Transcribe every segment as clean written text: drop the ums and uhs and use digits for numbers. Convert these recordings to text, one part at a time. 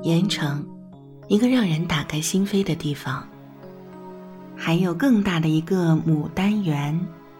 盐城，一个让人打开心扉的地方。还有更大的一个牡丹园。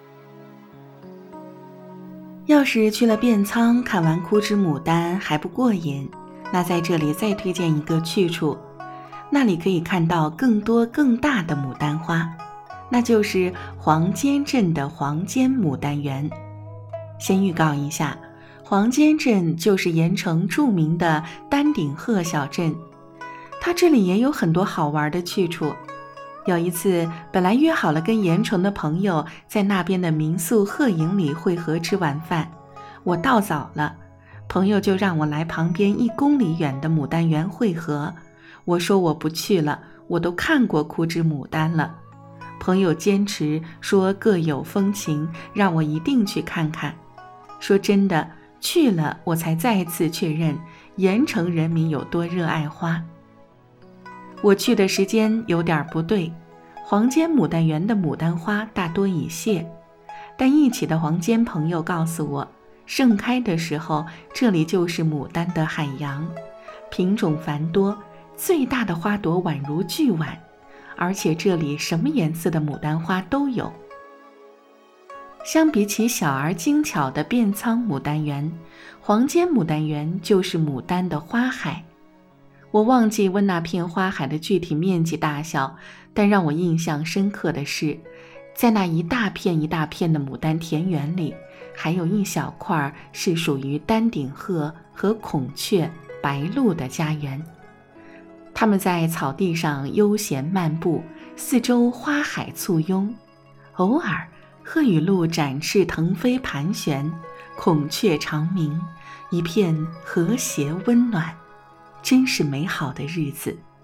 要是去了汴仓看完枯枝牡丹还不过瘾，那在这里再推荐一个去处，那里可以看到更多更大的牡丹花，那就是黄尖镇的黄尖牡丹园。先预告一下，黄尖镇就是盐城著名的丹顶鹤小镇，它这里也有很多好玩的去处。有一次本来约好了跟盐城的朋友在那边的民宿鹤影里会合吃晚饭，我到早了，朋友就让我来旁边1公里远的牡丹园会合。我说我不去了，我都看过枯枝牡丹了。朋友坚持说各有风情，让我一定去看看。说真的，去了我才再次确认盐城人民有多热爱花。我去的时间有点不对，黄尖牡丹园的牡丹花大多已谢，但一起的黄尖朋友告诉我，盛开的时候这里就是牡丹的海洋，品种繁多，最大的花朵宛如巨碗，而且这里什么颜色的牡丹花都有。相比起小而精巧的汴仓牡丹园，黄尖牡丹园就是牡丹的花海。我忘记问那片花海的具体面积大小，但让我印象深刻的是，在那一大片一大片的牡丹田园里，还有一小块是属于丹顶鹤和孔雀、白鹭的家园。它们在草地上悠闲漫步，四周花海簇拥，偶尔鹤与鹭展翅腾飞盘旋，孔雀长鸣，一片和谐温暖，真是美好的日子。